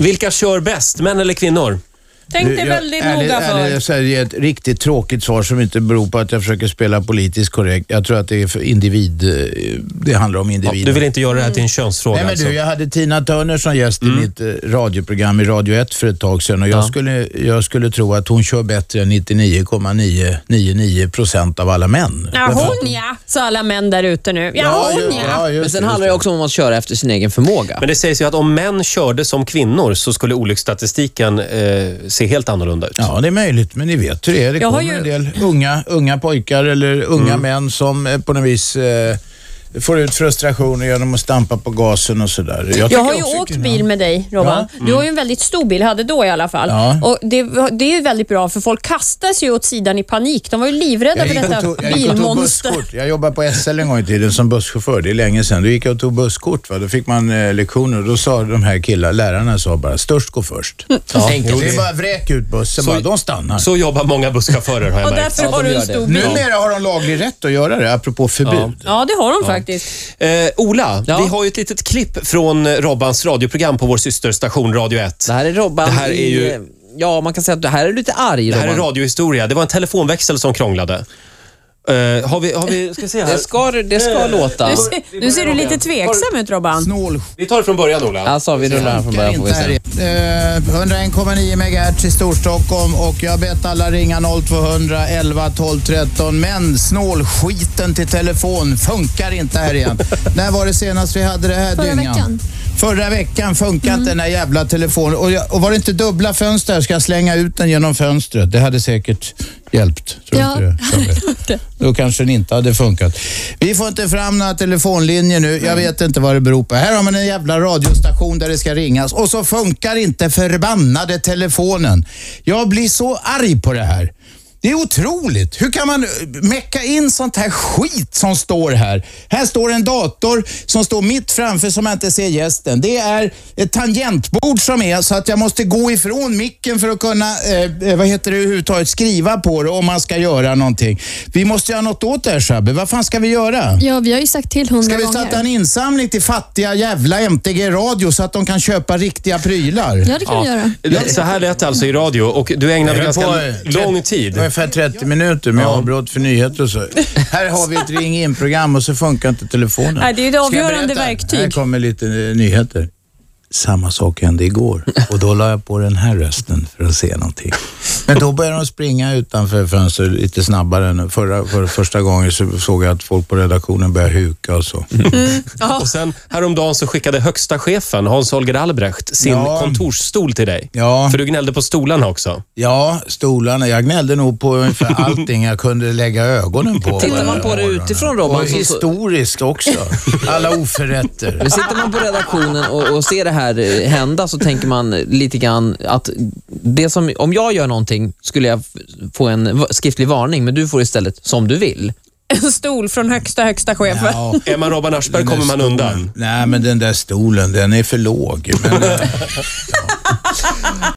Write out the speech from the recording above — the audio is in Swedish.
Vilka kör bäst, män eller kvinnor? Tänk dig väldigt noga för. Det är ett riktigt tråkigt svar som inte beror på att jag försöker spela politiskt korrekt. Jag tror att det är för individ. Det handlar om individer. Ja, du vill inte göra det här till en könsfråga? Nej, men alltså. jag hade Tina Turner som gäst i mitt radioprogram i Radio 1 för ett tag sedan. Och jag skulle tro att hon kör bättre än 99,999% av alla män. Ja, så alla män där ute nu. Men sen handlar det också om att köra efter sin egen förmåga. Men det sägs ju att om män körde som kvinnor så skulle olycksstatistiken se helt annorlunda ut. Ja, det är möjligt, men ni vet hur det är. Det kommer en del unga pojkar eller unga män som på något vis får ut frustrationer genom att stampa på gasen och sådär. Jag har ju åkt bil med dig, Robban. Ja. Du har ju en väldigt stor bil, hade då i alla fall. Ja. Och det är ju väldigt bra, för folk kastas ju åt sidan i panik. De var ju livrädda för detta bilmonster. Jag jobbade på SL en gång i tiden som busschaufför, det är länge sedan. Då gick jag och tog busskort, va? Då fick man lektioner och då sa de här lärarna sa bara, störst gå först. Ja. Det är bara vräk ut bussen, bara, de stannar. Så jobbar många busschaufförer, har jag märkt. Och därför har du en stor bil. Numera har de laglig rätt att göra det, apropå förbud. Ja, det har de faktiskt. Ola, vi har ju ett litet klipp från Robbans radioprogram på vår systerstation Radio 1. Det här är Robban. Det här är ju... Ja, man kan säga att det här är lite arg. Det här är radiohistoria. Det var en telefonväxel som krånglade. Har vi ska se här. Det ska låta. Nu ser du lite tveksam ut, Robban. Snål. Vi tar det från början, Ola. Alltså, vi rullar från början får vi se. 101,9 MHz i Storstockholm och jag bett alla ringa 0200 11 12 13. Men snålskiten till telefon funkar inte här igen. När var det senast vi hade det här dyngan? Förra veckan funkar inte den här jävla telefonen. Och var det inte dubbla fönster ska jag slänga ut den genom fönstret. Det hade säkert hjälpt. Tror inte det? Då kanske den inte hade funkat. Vi får inte fram några telefonlinjer nu. Jag vet inte vad det beror på. Här har man en jävla radiostation där det ska ringas. Och så funkar inte förbannade telefonen. Jag blir så arg på det här. Det är otroligt. Hur kan man mecka in sånt här skit som står här? Här står en dator som står mitt framför som jag inte ser gästen. Det är ett tangentbord som är så att jag måste gå ifrån micken för att kunna överhuvudtaget skriva på det om man ska göra någonting. Vi måste göra något åt det här, Shabbe. Vad fan ska vi göra? Ja, vi har ju sagt till 100 gånger. Ska vi starta en insamling till fattiga jävla MTG-radio så att de kan köpa riktiga prylar? Ja, det kan vi göra. Så här lät alltså i radio och du ägnade ganska lång tid. Ungefär 30 minuter med avbrott för nyheter och så. Här har vi ett ring-in-program och så funkar inte telefonen. Nej, det är ju ett avgörande verktyg. Här kommer lite nyheter. Samma sak hände igår och då la jag på den här rösten för att se någonting. Men då började de springa utanför fönstret lite snabbare än första gången så såg jag att folk på redaktionen började huka och så. Och sen häromdagen så skickade högsta chefen Hans-Holger Albrecht sin kontorsstol till dig. Ja. För du gnällde på stolarna också. Ja, stolarna. Jag gnällde nog på ungefär allting jag kunde lägga ögonen på. Tittar man på det utifrån, Robban? Och historiskt också. Alla oförrätter. Men sitter man på redaktionen och ser det här hända så tänker man lite grann att det som, om jag gör någonting skulle jag få en skriftlig varning, men du får istället som du vill. En stol från högsta chefen. Ja. Är man Robban Aschberg kommer man undan. Nej, men den där stolen, den är för låg. Men,